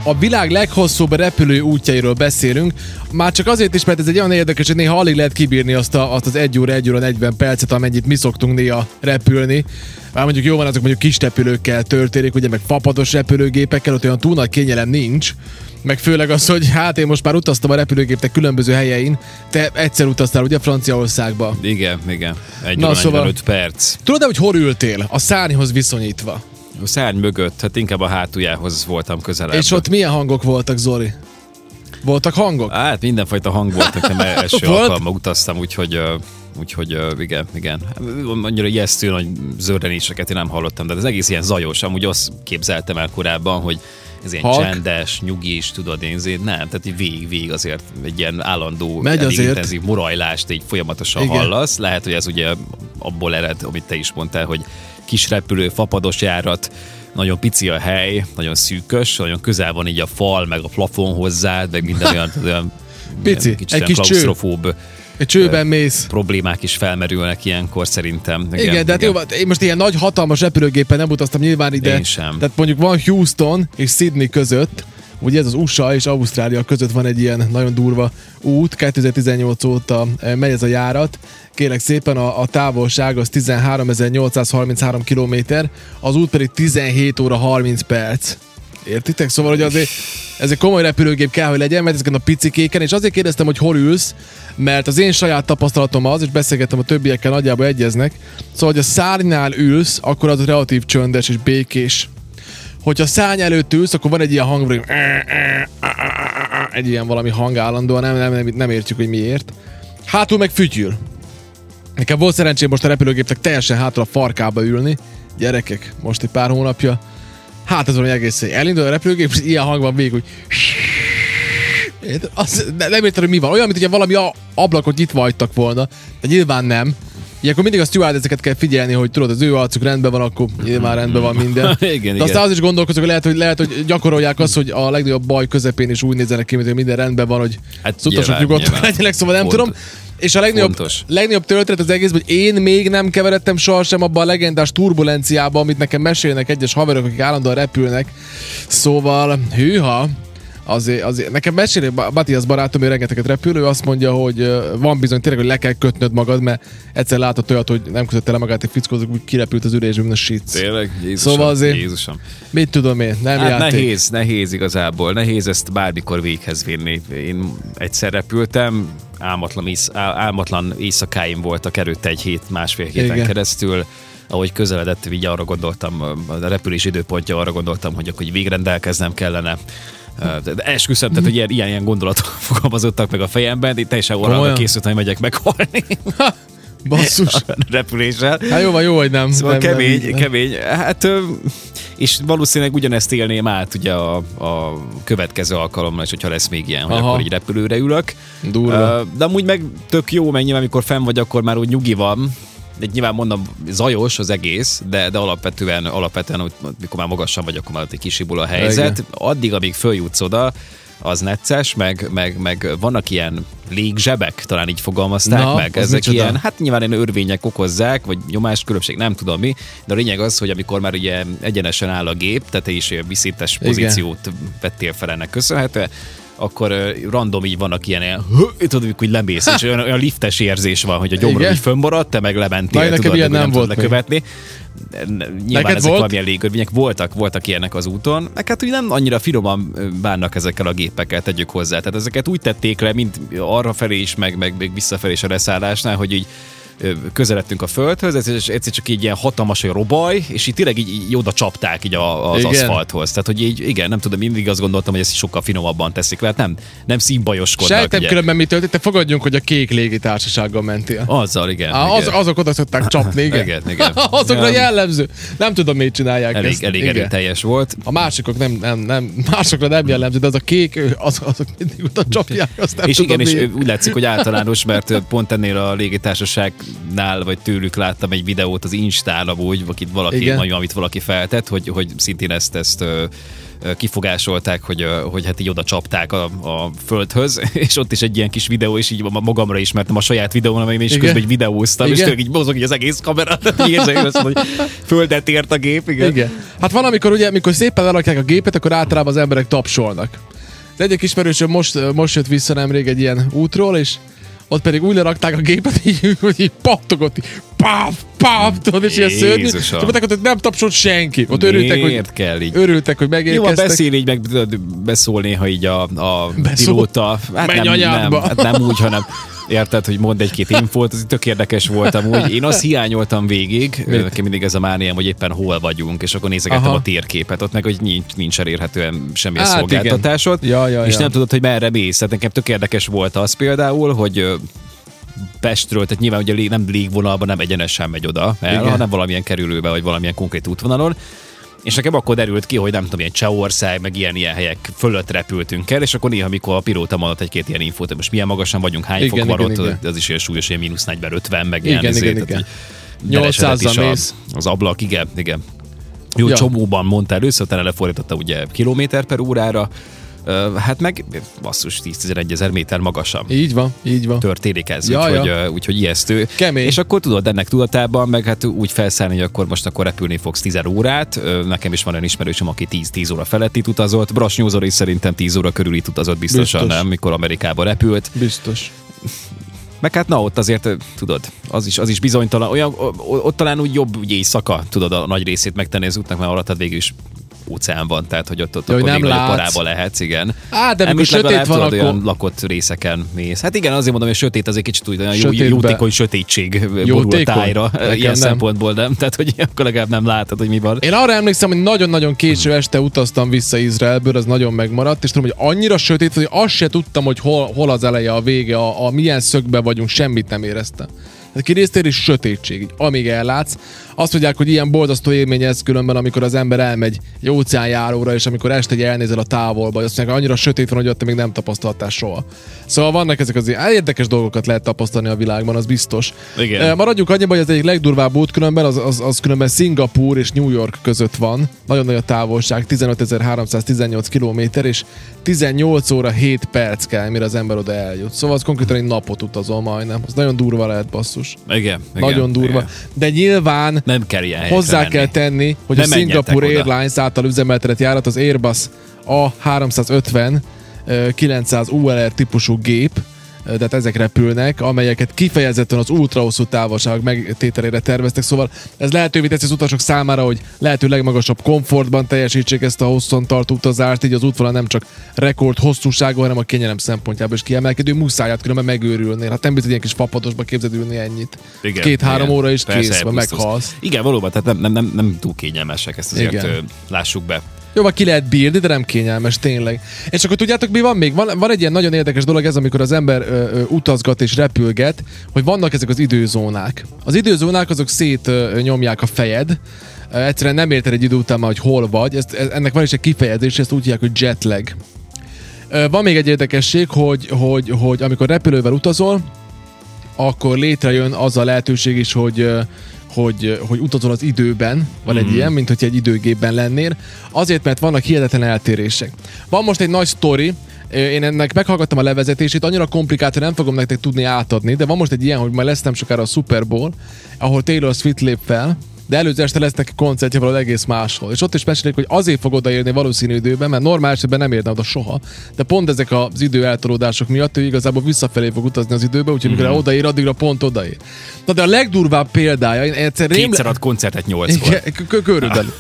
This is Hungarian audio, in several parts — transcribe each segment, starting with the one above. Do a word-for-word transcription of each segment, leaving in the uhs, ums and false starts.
a világ leghosszúbb repülő útjairól beszélünk. Már csak azért is, mert ez egy olyan érdekes, hogy néha alig lehet kibírni azt, a, azt az egy óra, egy óra negyven percet, amennyit mi szoktunk néha repülni. Már mondjuk jó van, azok mondjuk kis repülőkkel történik, ugye, meg fapados repülőgépekkel, ott olyan túl nagy kényelem nincs. Meg főleg az, hogy hát én most már utaztam a repülőgépnek különböző helyein. Te egyszer utaztál, ugye, Franciaországba? Igen, igen. Egy Na, óra szóval, negyvenöt perc. Tudod-e, hogy hol ültél? A szárnyhoz viszonyítva. A szárny mögött, hát inkább a hátuljához voltam közelebb. És ott milyen hangok voltak, Zoli? Voltak hangok? Hát mindenfajta hang volt, nekem első Volt? alkalommal utaztam, úgyhogy, uh, úgyhogy uh, igen, igen. Annyira ijesztő nagy zörrenéseket én nem hallottam, de az egész ilyen zajos. Amúgy azt képzeltem el korábban, hogy ez ilyen Halk? csendes, nyugis, tudod, én azért nem, tehát így végig, végig azért egy ilyen állandó, Megy elég azért. intenzív morajlást így folyamatosan Igen. hallasz. Lehet, hogy ez ugye abból ered, amit te is mondtál, hogy kis repülő, fapados járat, nagyon pici a hely, nagyon szűkös, nagyon közel van így a fal, meg a plafon hozzád, meg minden olyan, olyan Pici, ilyen kicsit egy olyan kis cső. klausztrofób Egy csőben mész. problémák is felmerülnek ilyenkor szerintem. Igen, igen, de hát jó, én most ilyen nagy, hatalmas repülőgépen nem utaztam nyilván ide. Én sem. Tehát mondjuk van Houston és Sydney között, ugye ez az u es á és Ausztrália között van egy ilyen nagyon durva út, kétezer-tizennyolc óta megy ez a járat. Kérlek szépen, a, a távolság az tizenháromezer-nyolcszázharminchárom kilométer, az út pedig tizenhét óra harminc perc. Értitek? Szóval, hogy azért ez egy komoly repülőgép kell, hogy legyen, mert ezeken a picikéken, és azért kérdeztem, hogy hol ülsz, mert az én saját tapasztalatom az, és beszélgettem a többiekkel, nagyjából egyeznek, szóval, hogy a szárnynál ülsz, akkor az relatív csöndes és békés. Hogyha szárny előtt ülsz, akkor van egy ilyen hang, hogy egy ilyen valami hang állandóan, nem, nem, nem, nem értjük, hogy miért. Hátul meg fütyül. Nekem volt szerencsém most a repülőgépnek teljesen hátul a farkába ülni. Gyerekek, most egy pár hónapja. Hát ez van, hogy egész elindul a repülőgép, és ilyen hang van végig, hogy az, nem értem, hogy mi van. Olyan, mint hogyha valami ablakot nyitva hagytak volna, de nyilván nem. Ilyenkor mindig a stewardesseket kell figyelni, hogy tudod, az ő arcuk rendben van, akkor nyilván rendben van minden. igen, de aztán igen. az is gondolkozok, hogy lehet, hogy lehet, hogy gyakorolják azt, hogy a legnagyobb baj közepén is úgy nézzenek ki, hogy minden rendben van, hogy Hát az utasok nyilván, nyugodtak nyilván. legyenek, szóval nem Font- tudom. És a legnagyobb, fontos. legnagyobb történet az egész, hogy én még nem keveredtem sohasem abba a legendás turbulenciába, amit nekem mesélnek egyes haverok, akik állandóan repülnek. Szóval, hűha, azért, azért nekem meséli, Matthias barátom, ő rengeteget repül, ő azt mondja, hogy ö, van bizony tényleg, hogy le kell kötnöd magad, mert egyszer látott olyat, hogy nem kötötte le magát egy fickózó, úgy kirepült az ülésből, mint a shit. Tényleg? Jézusom, Szóval azért- Jézusom. Mit tudom én, nem Hát játék. nehéz, nehéz igazából. Nehéz ezt bármikor véghez vinni. Én egyszer repültem, álmatlan, ész, ál- álmatlan éjszakáim voltak előtte egy hét, másfél héten Igen. keresztül. Ahogy közeledett, így arra gondoltam, a repülés időpontja, arra gondoltam, hogy akkor végrendelkeznem kellene. De esküszöm, tehát, hogy ilyen, ilyen, ilyen gondolatok fogalmazottak meg a fejemben, én teljesen arra Komolyan? készültem, hogy megyek meghalni Basszus. a repüléssel. Hát jó van, jó, hogy nem. Szóval nem, kemény, nem, nem. kemény. Hát, ö, és valószínűleg ugyanezt élném át ugye a, a következő alkalommal, és hogyha lesz még ilyen, hogy Aha. akkor így repülőre ülök. Durva. Ö, De amúgy meg tök jó, mert nyilván amikor fenn vagy, akkor már úgy nyugi van. De nyilván mondom, zajos az egész, de, de alapvetően, alapvetően, hogy mikor már magasan vagy, akkor már ott egy kisibul a helyzet. Igen. Addig, amíg följutsz oda, az necces, meg, meg, meg vannak ilyen légzsebek, talán így fogalmazták Na, meg. az Ezek micsoda? ilyen, hát nyilván ilyen örvények okozzák, vagy nyomáskülönbség, nem tudom mi, de a lényeg az, hogy amikor már ugye egyenesen áll a gép, tehát te is ilyen viszintes Igen. pozíciót vettél fel ennek köszönhetően, akkor uh, random így vannak ilyen, ilyen tudod, hogy lemész, és olyan, olyan liftes érzés van, hogy a gyomrod Igen. így fönnmaradt, te meg lementél, Na, nekem tudod, ilyen hogy nem nem volt tudod lekövetni. Nyilván Neked ezek volt? valamilyen légörvények voltak, voltak ilyenek az úton, meg hát úgy nem annyira finoman bánnak ezekkel a gépekkel, tegyük hozzá. Tehát ezeket úgy tették le, mint arra felé is, meg, meg, meg visszafelé is a leszállásnál, hogy így ö, közeledtünk a földhöz, és egyszer csak így ilyen hatalmas, hogy robaj, és így tényleg így, így oda csapták így a, az Igen. aszfalthoz. Tehát, hogy így, igen, nem tudom, mindig azt gondoltam, hogy ezt sokkal finomabban teszik le, hát nem, nem színbajoskodnak. Sejtem ugye. különben mi történt, te fogadjunk, hogy a kék légitársasággal mentél. Azzal, igen. Á, az, igen. azok oda szokták csapni, igen. Igen, igen. Azokra Ja. jellemző. Nem tudom, miért csinálják Elég, ezt. elég Igen. erőteljes volt. A másikok nem, nem, nem, másokra nem jellemző, de az a kék, az, azok mindig oda csapják, azt nem És tudom igen, és miért. úgy látszik, hogy általános, mert pont ennél a légitársaság nál, vagy tőlük láttam egy videót az Instán, amúgy, akit valaki, vagy amit valaki feltett, hogy, hogy szintén ezt, ezt kifogásolták, hogy, hogy hát így oda csapták a, a földhöz, és ott is egy ilyen kis videó, és így magamra ismertem a saját videón, amely is közben egy videóztam, igen. És tényleg így mozog így az egész kamera, így érzem, hogy földet ért a gép, igen. igen. Hát van, amikor ugye, amikor szépen lerakják a gépet, akkor általában az emberek tapsolnak. Az egyik ismerősöm most, most jött vissza nemrég egy ilyen útról, és ott pedig úgy lerakták a gépet, így, hogy így pattogott, így páf, páf, tudod, és ilyen szörnyű. És mondták, hogy nem tapsolt senki. Ott örültek, hogy, kell így? örültek, hogy megérkeztek. Jó, beszél így, meg beszól néha így a, a pilóta. Hát nem, nem, hát nem úgy, hanem érted, hogy mond egy-két infót, ez tök érdekes voltam úgy. Én azt hiányoltam végig, nekem mindig ez a mániám, hogy éppen hol vagyunk, és akkor nézegettem Aha. a térképet, ott meg, hogy nincs, nincs elérhetően semmilyen hát, szolgáltatásod, ja, ja, és ja. nem tudod, hogy merre mész. Tehát nekem tök érdekes volt az például, hogy Pestről, tehát nyilván ugye nem légvonalban, nem egyenesen megy oda el, igen. hanem valamilyen kerülőbe, vagy valamilyen konkrét útvonalon. És nekem akkor derült ki, hogy nem tudom, ilyen Csehország, meg ilyen-ilyen helyek fölött repültünk el, és akkor néha, mikor a pilóta mondott egy-két ilyen infót, hogy most milyen magasan vagyunk, hány igen, fok van ott, igen. az is ilyen súlyos, ilyen mínusz negyven ötven, meg igen, ilyen igen, igen, igen. nyolcszázan mész. Az ablak, igen, igen. Jó, ja. Csomóban mondta először, utána lefordította ugye kilométer per órára, Uh, hát meg basszus tíz-tizenegy ezer méter magasan. Így van, így van. Történik ez, ja, úgyhogy, ja. uh, úgyhogy ijesztő. Kemény. És akkor tudod, ennek tudatában, meg hát úgy felszállni, hogy akkor most akkor repülni fogsz tíz órát. Uh, nekem is van olyan ismerősöm, aki tíz óra felett itt utazott. Brass Nyúzor is szerintem tíz óra körül itt utazott biztosan, Biztos. nem, mikor Amerikába repült. Biztos. Meg hát na, ott azért, tudod, az is, az is bizonytalan, olyan, ott talán úgy jobb ugye éjszaka, tudod, a nagy részét megtenni az útnak, mert alattad végül is óceán van, tehát hogy ott, ott ja, akkor még nagyobb parába lehetsz, igen. Á, de amikor sötét van, akkor... olyan lakott részeken mész. Hát igen, azért mondom, hogy sötét azért kicsit úgy olyan jó, jótékony sötétség borul a tájra, ilyen nem. szempontból nem, tehát hogy akkor legalább nem látod, hogy mi van. Én arra emlékszem, hogy nagyon-nagyon késő este utaztam vissza Izraelből, az nagyon megmaradt, és tudom, hogy annyira sötét, hogy azt se tudtam, hogy hol, hol az eleje, a vége, a, a milyen szögben vagyunk, semmit nem éreztem. Tehát kirésztél is sötétség, így, amíg ellátsz. Azt mondják, hogy ilyen borzasztó élmény ez különben, amikor az ember elmegy egy óceánjáróra, és amikor este egy elnézel a távolba, azt mondják, annyira sötét van, hogy ott még nem tapasztaltál soha. Szóval vannak ezek az érdekes dolgokat lehet tapasztalni a világban, az biztos. Igen. Maradjunk annyiban, hogy az egyik legdurvább út különben, az, az, az különben Szingapúr és New York között van. Nagyon nagy a távolság, tizenötezer-háromszáztizennyolc kilométer, és tizennyolc óra hét perc kell, mire az ember oda eljut. Szóval az konkrétan egy napot utazol majdnem. Az nagyon durva lehet, basszus. Igen, nagyon igen, durva. Igen. De nyilván nem kell ilyen hozzá menni. kell tenni, hogy nem a Singapore Airlines által üzemeltetett járat az Airbus A háromszázötven kilencszáz U L R típusú gép, tehát ezek repülnek, amelyeket kifejezetten az ultra hosszú távolságok megtételére terveztek, szóval ez lehetővé teszi az utasok számára, hogy lehető legmagasabb komfortban teljesítsék ezt a hosszan tartó utazást, így az útvonal nem csak rekord hosszúsága, hanem a kényelem szempontjából is kiemelkedő, muszáját különben megőrülnél. Hát nem bizony ilyen kis fapadosba képzeld ülni ennyit. Két-három óra is kész, meghalsz. Igen, valóban, tehát nem, nem, nem, nem túl kényelmesek, ezt azért igen. lássuk be. Jó, ki lehet bírni, de nem kényelmes, tényleg. És akkor tudjátok, mi van még? Van, van egy ilyen nagyon érdekes dolog ez, amikor az ember ö, ö, utazgat és repülget, hogy vannak ezek az időzónák. Az időzónák azok szét ö, nyomják a fejed, ö, egyszerűen nem érted egy idő után már, hogy hol vagy. Ezt, ez, ennek van is egy kifejezés, ezt úgy hívják, hogy jetlag. Ö, van még egy érdekesség, hogy, hogy, hogy amikor repülővel utazol, akkor létrejön az a lehetőség is, hogy Hogy, hogy utazol az időben, van egy mm. ilyen, mint hogy egy időgépben lennél, azért, mert vannak hihetetlen eltérések. Van most egy nagy sztori, én ennek meghallgattam a levezetését, annyira komplikált, hogy nem fogom nektek tudni átadni, de van most egy ilyen, hogy majd lesz nem sokára a Super Bowl, ahol Taylor Swift lép fel, de előző este lesz neki koncertje valahol egész máshol. És ott is mesélik, hogy azért fog odaérni valószínű időben, mert normál esetben nem érne oda soha. De pont ezek az idő eltolódások miatt ő igazából visszafelé fog utazni az időbe, úgyhogy mm-hmm. amikor odaér, addigra pont odaér. Na de a legdurvább példája, én egyszer rém... Kétszer ad koncertet nyolckor. Körülbelül.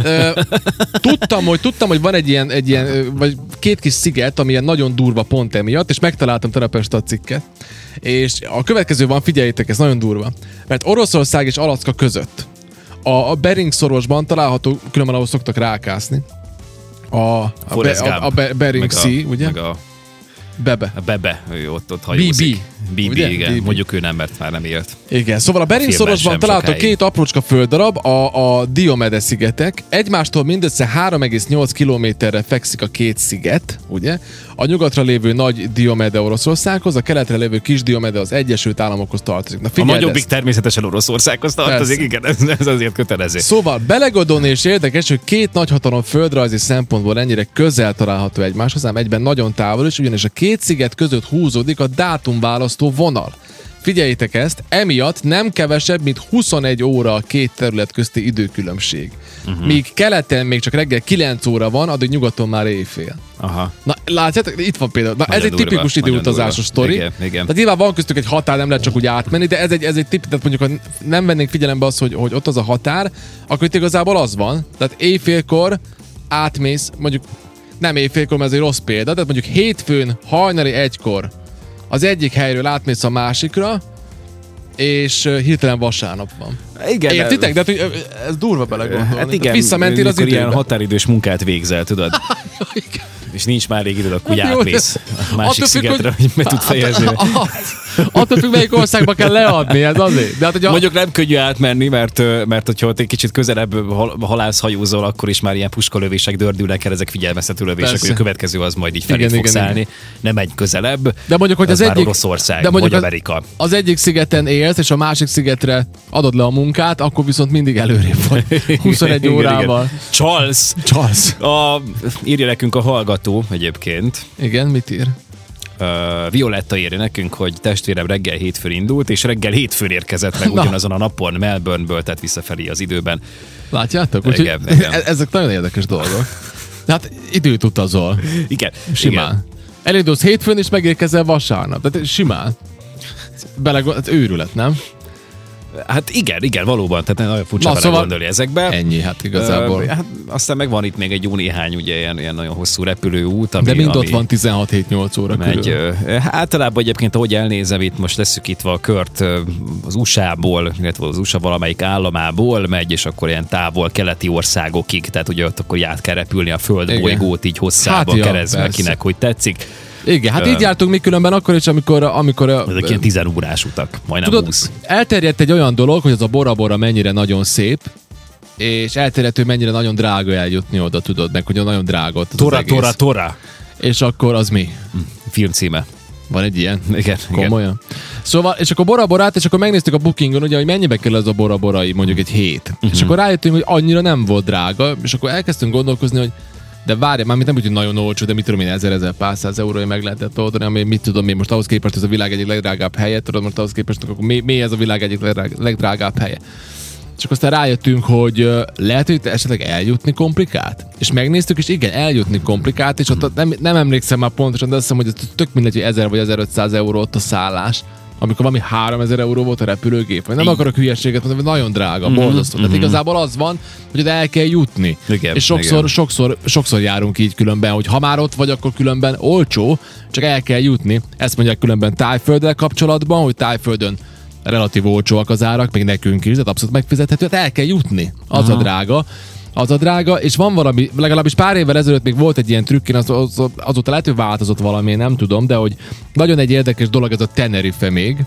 Tudtam, hogy tudtam, hogy van egy ilyen, egy ilyen, vagy két kis sziget, ami ilyen nagyon durva pont emiatt, és megtaláltam Terapeuta cikket. És a következő van, figyeljétek, ez nagyon durva. Mert Oroszország és Alaszka között a Bering szorosban található, különben ahol szoktak rákászni. A, a, be, a, a Bering Sea, ugye? Meg a Bebe. A Bebe, ő ott, ott hajózik. B B. Bibi, igen. Bibi. Mondjuk ő nem, mert már nem élt. Igen, szóval a Bering-szorosban található két aprócska földdarab, a, a Diomede-szigetek. Egymástól mindössze három egész nyolc kilométerre fekszik a két sziget, ugye? A nyugatra lévő Nagy Diomede Oroszországhoz, a keletre lévő Kis Diomede az Egyesült Államokhoz tartozik. Na, a nagyobbik természetesen Oroszországhoz tartozik, igen, ez, ez azért kötelező. Szóval belegondolni és érdekes, hogy két nagyhatalom földrajzi szempontból ennyire közel található egymáshoz, ám egyben nagyon távol is, ugyanis a két sziget között húzódik a dátumválasztó vonal. Figyeljétek ezt, emiatt nem kevesebb, mint huszonegy óra a két terület közti időkülönbség. Uh-huh. Míg keleten még csak reggel kilenc óra van, addig nyugaton már éjfél. Aha. Na, látjátok, itt van például. Na, ez egy durva, tipikus időutazásos sztori. Igen, igen. Tehát nyilván van köztük egy határ, nem lehet csak úgy átmenni, de ez egy, ez egy tip, tehát mondjuk, ha nem vennénk figyelembe azt, hogy, hogy ott az a határ, akkor itt igazából az van. Tehát éjfélkor átmész, mondjuk nem éjfélkor, mert ez egy rossz példa, de mondjuk hétfőn hajnali egykor az egyik helyről átmész a másikra, és hirtelen vasárnap van. Igen, értitek? De hát, ez durva belegondolni. Hát igen, visszamentél az időbe. Ilyen határidős munkát végzel, tudod? És nincs már elég időd, akkor úgy átmész a másik szigetre, hogy meg tud fejezni. Attól függ, melyik országba kell leadni, ez azért. De hát, a... Mondjuk nem könnyű átmenni, mert, mert hogyha ott egy kicsit közelebb halászhajózol, akkor is már ilyen puskalövések dördülnek el, ezek figyelmeztető lövések, persze. Hogy a következő az majd így felé igen, fogsz igen, állni. Igen. Nem menj közelebb, de mondjuk, hogy az, az egyik, Oroszország, de vagy Amerika. Az, az egyik szigeten élsz, és a másik szigetre adod le a munkát, akkor viszont mindig előrébb vagy. huszonegy órával. Charles! Charles! A, írja nekünk a hallgató egyébként. Igen, mit ír? Uh, Violetta írja nekünk, hogy testvérem reggel hétfőn indult, és reggel hétfőn érkezett meg ugyanazon a napon Melbourneből, tehát visszafelé az időben. Látjátok? Úgyhogy igen, igen. Ezek nagyon érdekes dolgok. Hát időt utazol. Igen. Simán. Igen. Elindulsz hétfőn, és megérkezel vasárnap. Tehát simán. Belegond... Hát őrület, nem? Hát igen, igen, valóban, tehát nagyon furcsa vele szóval gondolni ezekbe. Ennyi, hát igazából. Uh, hát aztán meg van itt még egy jó néhány ugye ilyen, ilyen nagyon hosszú repülőút. Ami, de mind ami ott van tizenhat hét nyolc óra megy, körül. Uh, általában egyébként, ahogy elnézem, itt most leszűkítve a kört uh, az u es á-ból, illetve az u es á valamelyik államából megy, és akkor ilyen távol keleti országokig, tehát ugye ott akkor át kell repülni a földbolygót így hosszában hát, keresztbe, ja, kinek hogy tetszik. Igen, hát uh, így jártunk mi különben akkor is, amikor... amikor ezek ilyen tizen órás utak, majdnem tudod, húsz. Elterjedt egy olyan dolog, hogy az a Bora Bora mennyire nagyon szép, és elterjedt, hogy mennyire nagyon drága eljutni oda, tudod, meg hogy nagyon drága ott az Tora, az egész. Tora, Tora. És akkor az mi? Film címe. Van egy ilyen? Igen. Komolyan? Igen. Szóval, és akkor Bora Borát, és akkor megnéztük a Bookingon, ugye, hogy mennyibe kell ez a Bora Borai, mondjuk egy hét. Uh-huh. És akkor rájöttünk, hogy annyira nem volt drága, és akkor elkezdtünk gondolkozni, hogy de várj, már nem úgy, hogy nagyon olcsó, de mit tudom én, ezer-ezer pár száz eurója meg lehetett oldani, ami mit tudom én, most ahhoz képest ez a világ egyik legdrágább helye, tudod, most ahhoz képest, akkor mi, mi ez a világ egyik legdrágább helye. Csak aztán rájöttünk, hogy lehet, hogy esetleg eljutni komplikált. És megnéztük, és igen, eljutni komplikált, és ott nem, nem emlékszem már pontosan, de azt hiszem, hogy ez tök mindegy, hogy ezer vagy ezerötszáz euró ott a szállás, amikor valami háromezer euró volt a repülőgép. Nem akarok hülyeséget mondani, hogy nagyon drága, borzasztó. Mm-hmm. Tehát igazából az van, hogy oda el kell jutni. Igen, és sokszor, igen. sokszor, sokszor járunk így különben, hogy ha már ott vagy, akkor különben olcsó, csak el kell jutni. Ezt mondják különben Tájfölddel kapcsolatban, hogy Tájföldön relatív olcsóak az árak, még nekünk is, de abszolút megfizethető, hát el kell jutni. Az Aha. a drága. Az a drága, és van valami, legalábbis pár évvel ezelőtt még volt egy ilyen trükk, én az, az, azóta lehet, hogy változott valami, nem tudom, de hogy nagyon egy érdekes dolog ez a Tenerife még,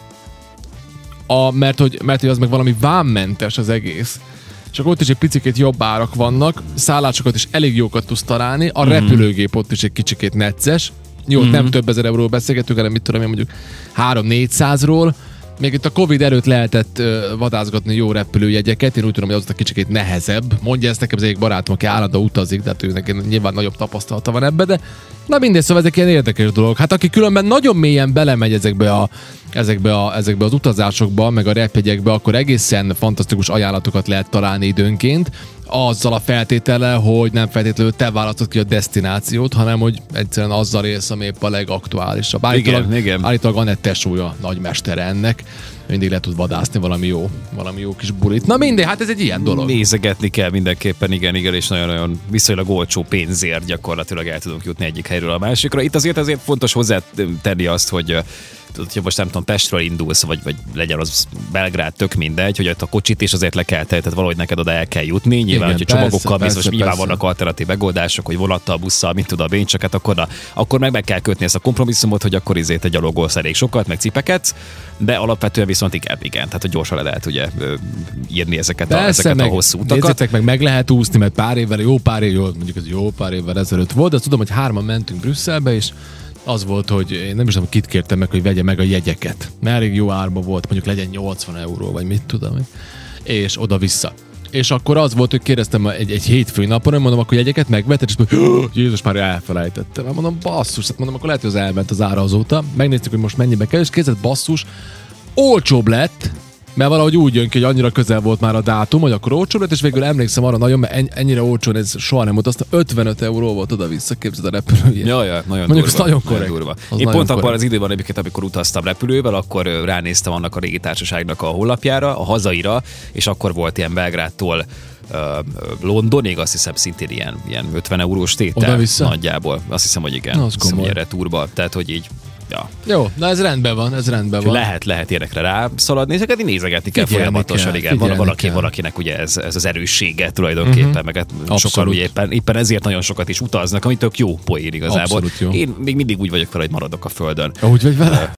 a, mert, hogy, mert hogy az meg valami vámmentes az egész. És akkor ott is egy picikét jobb árak vannak, szállásokat is elég jókat tudsz találni, a mm. repülőgép ott is egy kicsikét necces, jó, mm. nem több ezer euróról beszélgetünk, hanem mit tudom én mondjuk három-négyszázról, még itt a Covid előtt lehetett uh, vadászgatni jó repülőjegyeket, én úgy tudom, hogy az a kicsikét nehezebb. Mondja ezt nekem az egyik barátom, aki állandó utazik, tehát őnek nyilván nagyobb tapasztalata van ebbe, de na mindegy, szóval ezek ilyen érdekes dolog. Hát aki különben nagyon mélyen belemegy ezekbe, a, ezekbe, a, ezekbe az utazásokba, meg a repjegyekbe, akkor egészen fantasztikus ajánlatokat lehet találni időnként, azzal a feltétele, hogy nem feltétlenül te választod ki a desztinációt, hanem hogy egyszerűen azzal élsz, ami épp a legaktuálisabb. Állítólag, igen, igen. állítólag Anett tesója nagymestere ennek, mindig le tud vadászni valami jó, valami jó kis bulit. Na mindegy, hát ez egy ilyen dolog. Nézegetni kell mindenképpen, igen, igen, és nagyon-nagyon viszonylag olcsó pénzért gyakorlatilag el tudunk jutni egyik helyről a másikra. Itt azért azért fontos hozzátenni azt, hogy hogyha most nem tudom, Pestről indulsz, vagy, vagy legyen az Belgrád, tök mindegy, hogy ott a kocsit is azért le kell tenni, tehát valahogy neked oda el kell jutni. Nyilván, igen, hogyha csomagokkal persze, biztos, persze, nyilván persze. vannak alternatív megoldások, hogy vonattal, busszal, mint tudom én, csak hát akkor, na, akkor meg meg kell kötni ezt a kompromisszumot, hogy akkor izé te gyalogolsz elég sokat, meg cipeket, de alapvetően viszont igen, igen, tehát hogy gyorsan le lehet ugye ö, írni ezeket, Persze, a, ezeket meg, a hosszú utakat. Nézzétek meg, meg lehet úszni, mert pár évvel, jó pár év, jó, mondjuk ez jó pár évvel ezelőtt volt, de azt tudom, hogy hárman mentünk Brüsszelbe, és az volt, hogy én nem is tudom, kit kértem meg, hogy vegye meg a jegyeket. Mert elég jó árba volt, mondjuk legyen nyolcvan euró, vagy mit tudom én. És oda-vissza. És akkor az volt, hogy kérdeztem egy, egy hétfői napon, hogy mondom, akkor jegyeket megvetted, és mondom, Jézus, már elfelejtettem. Mondom, basszus, hát mondom, akkor lehet, hogy az elment az ára azóta. Megnéztük, hogy most mennyibe kell, és kézett, basszus, olcsóbb lett, mert valahogy úgy jön ki, hogy annyira közel volt már a dátum, hogy akkor olcsóbb lett, és végül emlékszem arra nagyon, mert ennyire olcsón ez soha nem volt, azt ötvenöt euró volt oda-vissza, képzeld a repülőjét. Ja, ja, nagyon Mondjuk durva. nagyon korrekt. Nagyon durva. Az Én nagyon pont abban korrekt. az időben, egyébként, amikor utaztam repülővel, akkor ö, ránéztem annak a régi társaságnak a honlapjára, a hazaira, és akkor volt ilyen Belgrádtól ö, ö, Londonig, azt hiszem szintén ilyen, ilyen ötven eurós tétel. Oda-vissza? Nagyjából. Azt hiszem, hogy igen. Na, az Azt hiszem, komoly. hogy erre túrba. Tehát, hogy így, ja. Jó, na ez rendben van, ez rendben van. Lehet, lehet ilyenekre rászaladni, ezeket így nézegetni kell Figyelni folyamatosan, kell, igen. Van, figyelni valaki, kell. valakinek ugye ez, ez az erőssége tulajdonképpen, uh-huh. meg hát sokan Abszolút. ugye éppen, éppen ezért nagyon sokat is utaznak, ami tök jó poén igazából. Abszolút jó. Én még mindig úgy vagyok vele, hogy maradok a földön. Ahogy vagy vele?